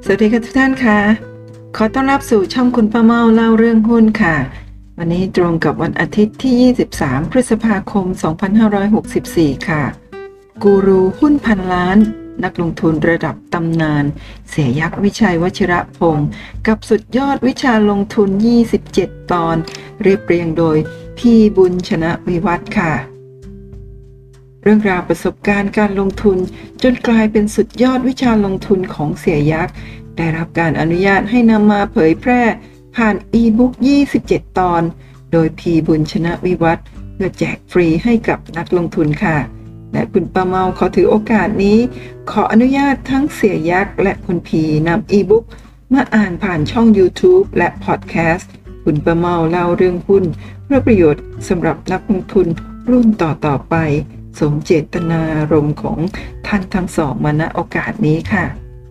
สวัสดีค่ะทุกท่านค่ะขอต้อนรับสู่ช่องคุณป้าเมาเล่าเรื่องหุ้นค่ะวันนี้ตรงกับวันอาทิตย์ที่23พฤษภาคม2564ค่ะกูรูหุ้นพันล้านนักลงทุนระดับตำนานเสียยักษ์วิชัยวชิระพงศ์กับสุดยอดวิชาลงทุน27ตอนเรียบเรียงโดยพี่บุญชนะวิวัฒน์ค่ะเรื่องราวประสบการณ์การลงทุนจนกลายเป็นสุดยอดวิชาลงทุนของเสียยักษ์ได้รับการอนุญาตให้นำมาเผยแพร่ผ่านอีบุ๊ก27ตอนโดยพีบุญชนะวิวัฒน์เพื่อแจกฟรีให้กับนักลงทุนค่ะและคุณป้าเมาขอถือโอกาสนี้ขออนุญาตทั้งเสียยักษ์และคุณพีนำอีบุ๊กมาอ่านผ่านช่อง YouTube และพอดแคสต์คุณป้าเมาเล่าเรื่องหุ้นเพื่อประโยชน์สำหรับนักลงทุนรุ่นต่อไปสมเจตนารมณ์ของท่านทั้งสองมาณโอกาสนี้ค่ะ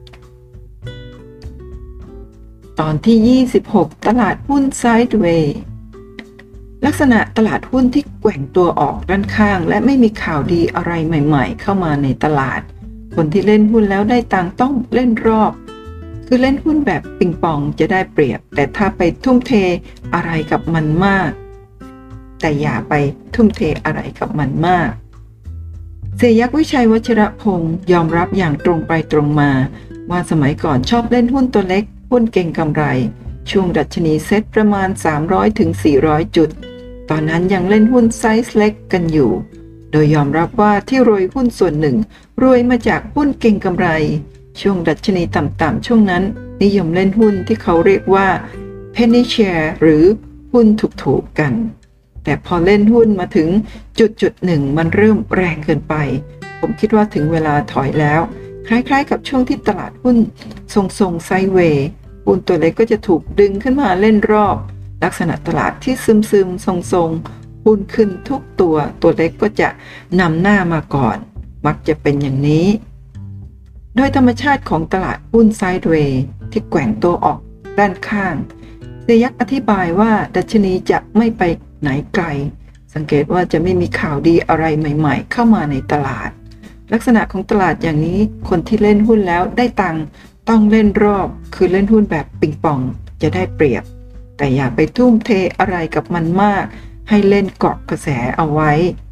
ตอนที่26ตลาดหุ้นไซด์เวย์ลักษณะตลาดหุ้นที่แกว่งตัวออกด้านข้างและไม่มีข่าวดีอะไรใหม่ๆเข้ามาในตลาดคนที่เล่นหุ้นแล้วได้ตังค์ต้องเล่นรอบคือเล่นหุ้นแบบปิงปองจะได้เปรียบแต่ถ้าไปทุ่มเทอะไรกับมันมากแต่อย่าไปทุ่มเทอะไรกับมันมากเสียยักษ์วิชัยวชิระพงศ์ยอมรับอย่างตรงไปตรงมาว่าสมัยก่อนชอบเล่นหุ้นตัวเล็กหุ้นเก่งกำไรช่วงดัชนีเซ็ตประมาณ300ถึง400จุดตอนนั้นยังเล่นหุ้นไซส์เล็กกันอยู่โดยยอมรับว่าที่รวยหุ้นส่วนหนึ่งรวยมาจากหุ้นเก่งกำไรช่วงดัชนีต่ำๆช่วงนั้นนิยมเล่นหุ้นที่เขาเรียกว่า penny share หรือหุ้นถูกๆกันแต่พอเล่นหุ้นมาถึงจุดหนึ่งมันเริ่มแรงเกินไปผมคิดว่าถึงเวลาถอยแล้วคล้ายๆกับช่วงที่ตลาดหุ้นทรงไซด์เวย์หุ้นตัวเล็กก็จะถูกดึงขึ้นมาเล่นรอบลักษณะตลาดที่ซึมๆทรงๆหุ้นขึ้นทุกตัวเล็กก็จะนำหน้ามาก่อนมักจะเป็นอย่างนี้โดยธรรมชาติของตลาดหุ้นไซด์เวย์ที่แกว่งตัวออกด้านข้างเสียยักษ์อธิบายว่าดัชนีจะไม่ไปไหนไกลสังเกตว่าจะไม่มีข่าวดีอะไรใหม่ๆเข้ามาในตลาดลักษณะของตลาดอย่างนี้คนที่เล่นหุ้นแล้วได้ตังค์ต้องเล่นรอบคือเล่นหุ้นแบบปิงปองจะได้เปรียบแต่อย่าไปทุ่มเทอะไรกับมันมากให้เล่นเกาะกระแสเอาไว้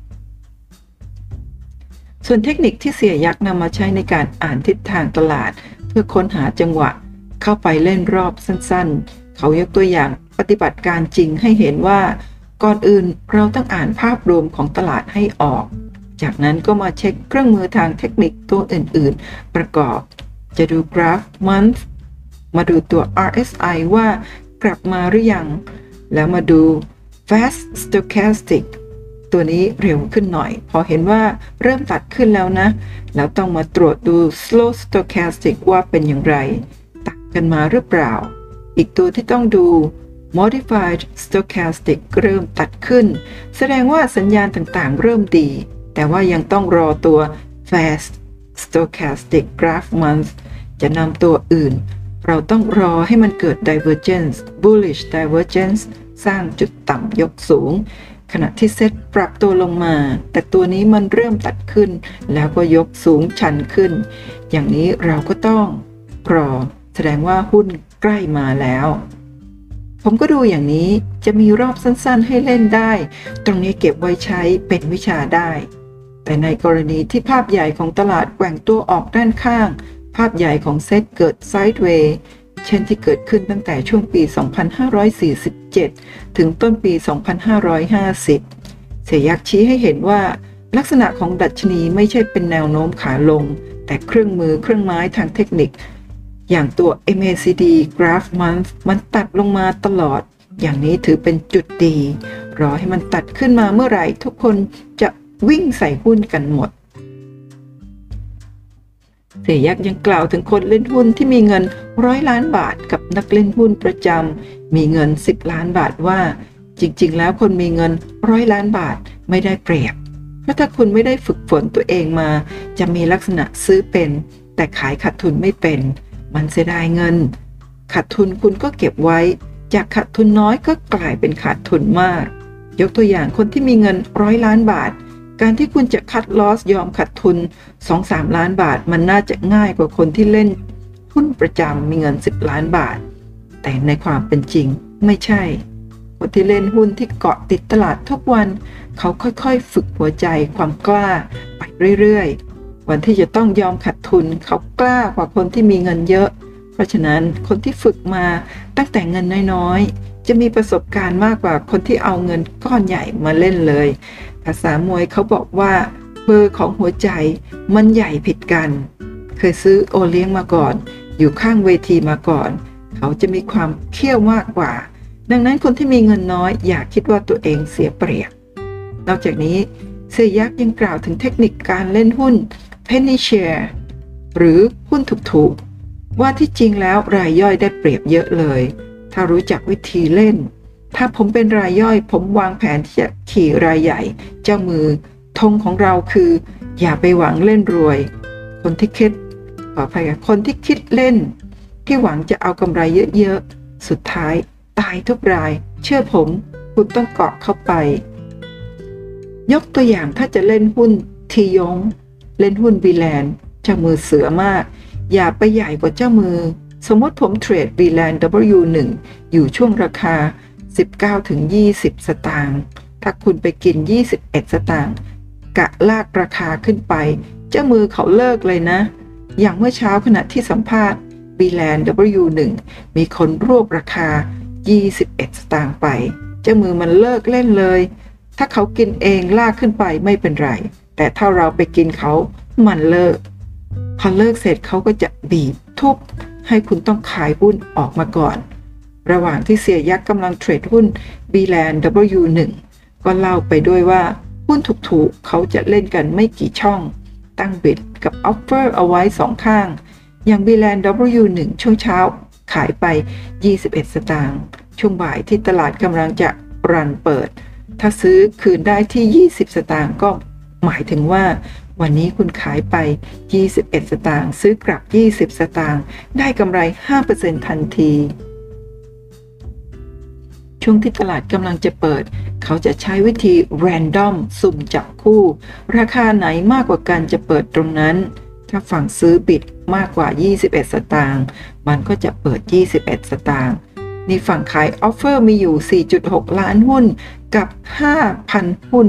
ส่วนเทคนิคที่เสียยักษ์นำมาใช้ในการอ่านทิศทางตลาดเพื่อค้นหาจังหวะเข้าไปเล่นรอบสั้นๆเขายกตัวอย่างปฏิบัติการจริงให้เห็นว่าก่อนอื่นเราต้องอ่านภาพรวมของตลาดให้ออกจากนั้นก็มาเช็คเครื่องมือทางเทคนิคตัวอื่นๆประกอบจะดูกราฟ month มาดูตัว RSI ว่ากลับมาหรือยังแล้วมาดู fast stochastic ตัวนี้เร็วขึ้นหน่อยพอเห็นว่าเริ่มตัดขึ้นแล้วนะแล้วต้องมาตรวจดู slow stochastic ว่าเป็นอย่างไรตัดกันมาหรือเปล่าอีกตัวที่ต้องดู modified stochastic เริ่มตัดขึ้นแสดงว่าสัญญาณต่างๆเริ่มดีแต่ว่ายังต้องรอตัว fast stochastic graph month จะนำตัวอื่นเราต้องรอให้มันเกิด divergence bullish divergence สร้างจุดต่ำยกสูงขณะที่เซ็ตปรับตัวลงมาแต่ตัวนี้มันเริ่มตัดขึ้นแล้วก็ยกสูงชันขึ้นอย่างนี้เราก็ต้องรอแสดงว่าหุ้นใกล้มาแล้วผมก็ดูอย่างนี้จะมีรอบสั้นๆให้เล่นได้ตรงนี้เก็บไว้ใช้เป็นวิชาได้แต่ในกรณีที่ภาพใหญ่ของตลาดแกว่งตัวออกด้านข้างภาพใหญ่ของเซ็ตเกิดไซด์เวย์เช่นที่เกิดขึ้นตั้งแต่ช่วงปี 2547 ถึงต้นปี 2550 เสียยักษ์ชี้ให้เห็นว่าลักษณะของดัชนีไม่ใช่เป็นแนวโน้มขาลงแต่เครื่องไม้ทางเทคนิคอย่างตัว MACD Graph Month มันตัดลงมาตลอดอย่างนี้ถือเป็นจุดดีรอให้มันตัดขึ้นมาเมื่อไหร่ทุกคนจะวิ่งใส่หุ้นกันหมดเสียยักษ์ยังกล่าวถึงคนเล่นหุ้นที่มีเงิน100 ล้านบาทกับนักเล่นหุ้นประจำมีเงิน10 ล้านบาทว่าจริงๆแล้วคนมีเงิน100 ล้านบาทไม่ได้เปรียบเพราะถ้าคุณไม่ได้ฝึกฝนตัวเองมาจะมีลักษณะซื้อเป็นแต่ขายขาดทุนไม่เป็นมันเสียดายเงินขาดทุนคุณก็เก็บไว้จากขาดทุนน้อยก็กลายเป็นขาดทุนมากยกตัวอย่างคนที่มีเงิน100 ล้านบาทการที่คุณจะคัดลอสยอมขาดทุน 2-3 ล้านบาทมันน่าจะง่ายกว่าคนที่เล่นหุ้นประจำมีเงิน10 ล้านบาทแต่ในความเป็นจริงไม่ใช่คนที่เล่นหุ้นที่เกาะติดตลาดทุกวันเขาค่อยๆฝึกหัวใจความกล้าไปเรื่อยๆวันที่จะต้องยอมขาดทุนเขากล้ากว่าคนที่มีเงินเยอะเพราะฉะนั้นคนที่ฝึกมาตั้งแต่เงินน้อยๆจะมีประสบการณ์มากกว่าคนที่เอาเงินก้อนใหญ่มาเล่นเลยภาษามวยเขาบอกว่าเบอร์ของหัวใจมันใหญ่ผิดกันเคยซื้อโอเลี้ยงมาก่อนอยู่ข้างเวทีมาก่อนเขาจะมีความเขี้ยวมากกว่าดังนั้นคนที่มีเงินน้อยอย่าคิดว่าตัวเองเสียเปรียบนอกจากนี้เสียยักษ์ยังกล่าวถึงเทคนิคการเล่นหุ้น penny share หรือหุ้นถูกๆว่าที่จริงแล้วรายย่อยได้เปรียบเยอะเลยถ้ารู้จักวิธีเล่นถ้าผมเป็นรายย่อยผมวางแผนที่จะขี่รายใหญ่เจ้ามือธงของเราคืออย่าไปหวังเล่นรวยคนที่คิดเล่นที่หวังจะเอากำไรเยอะๆสุดท้ายตายทุกรายเชื่อผมคุณต้องเกาะเข้าไปยกตัวอย่างถ้าจะเล่นหุ้นทียงเล่นหุ้นบีแลนด์เจ้ามือเสือมากอย่าไปใหญ่กว่าเจ้ามือสมมติผมเทรดบีแลนด์ W1 อยู่ช่วงราคา19-20 สตางค์ถ้าคุณไปกิน21 สตางค์กะลากราคาขึ้นไปเจ้ามือเขาเลิกเลยนะอย่างเมื่อเช้าขณะที่สัมภาษณ์บีแลนด์ W1 มีคนรวบราคา21 สตางค์ไปเจ้ามือมันเลิกเล่นเลยถ้าเขากินเองลากขึ้นไปไม่เป็นไรแต่ถ้าเราไปกินเขามันเลิกพอเลิกเสร็จเขาก็จะบีบทุบให้คุณต้องขายหุ้นออกมาก่อนระหว่างที่เสียยักษ์กำลังเทรดหุ้น B-Land W1 ก็เล่าไปด้วยว่าหุ้นถูกๆเขาจะเล่นกันไม่กี่ช่องตั้งบิดกับออฟเฟอร์เอาไว้2ข้างอย่าง B-Land W1 ช่วงเช้าขายไป21 สตางค์ช่วงบ่ายที่ตลาดกำลังจะรันเปิดถ้าซื้อคืนได้ที่20 สตางค์ก็หมายถึงว่าวันนี้คุณขายไป21 สตางค์ซื้อกลับ20 สตางค์ได้กำไร 5% ทันทีช่วงที่ตลาดกำลังจะเปิดเขาจะใช้วิธี random สุ่มจับคู่ราคาไหนมากกว่ากันจะเปิดตรงนั้นถ้าฝั่งซื้อบิดมากกว่า21 สตางค์มันก็จะเปิด21 สตางค์นี่ฝั่งขายออฟเฟอร์มีอยู่ 4.6 ล้านหุ้นกับ 5,000 หุ้น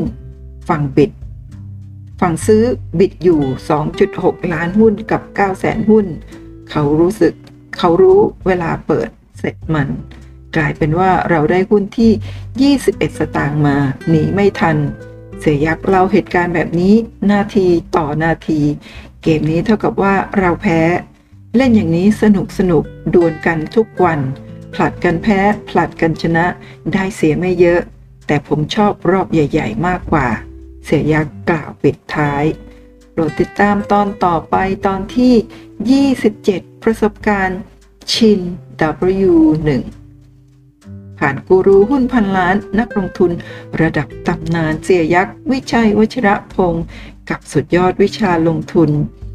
ฝั่งซื้อบิดอยู่ 2.6 ล้านหุ้นกับ 900,000 หุ้นเขารู้เวลาเปิดเสร็จมันกลายเป็นว่าเราได้หุ้นที่21 สตางค์มาหนีไม่ทันเสียยักษ์เล่าเหตุการณ์แบบนี้นาทีต่อนาทีเกมนี้เท่ากับว่าเราแพ้เล่นอย่างนี้สนุกดวลกันทุกวันผลัดกันแพ้ผลัดกันชนะได้เสียไม่เยอะแต่ผมชอบรอบใหญ่ๆมากกว่าเสียยักษ์กล่าวปิดท้ายโปรดติดตามตอนต่อไปตอนที่27ประสบการณ์ชิน W1 ผ่านกูรูหุ้นพันล้านนักลงทุนระดับตำนานเสียยักษ์วิชัยวชิระพงศ์กับสุดยอดวิชาลงทุน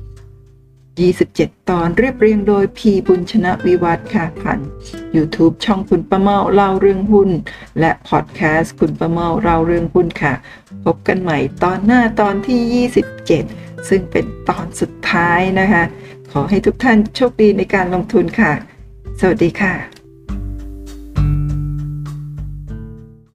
27 ตอนเรียบเรียงโดยพีบุญชนะวิวัฒน์ค่ะผ่าน YouTube ช่องคุณป้าเมาเล่าเรื่องหุ้นและพอดแคสต์คุณป้าเมาเล่าเรื่องหุ้นค่ะพบกันใหม่ตอนหน้าตอนที่27ซึ่งเป็นตอนสุดท้ายนะคะขอให้ทุกท่านโชคดีในการลงทุนค่ะสวัสดีค่ะ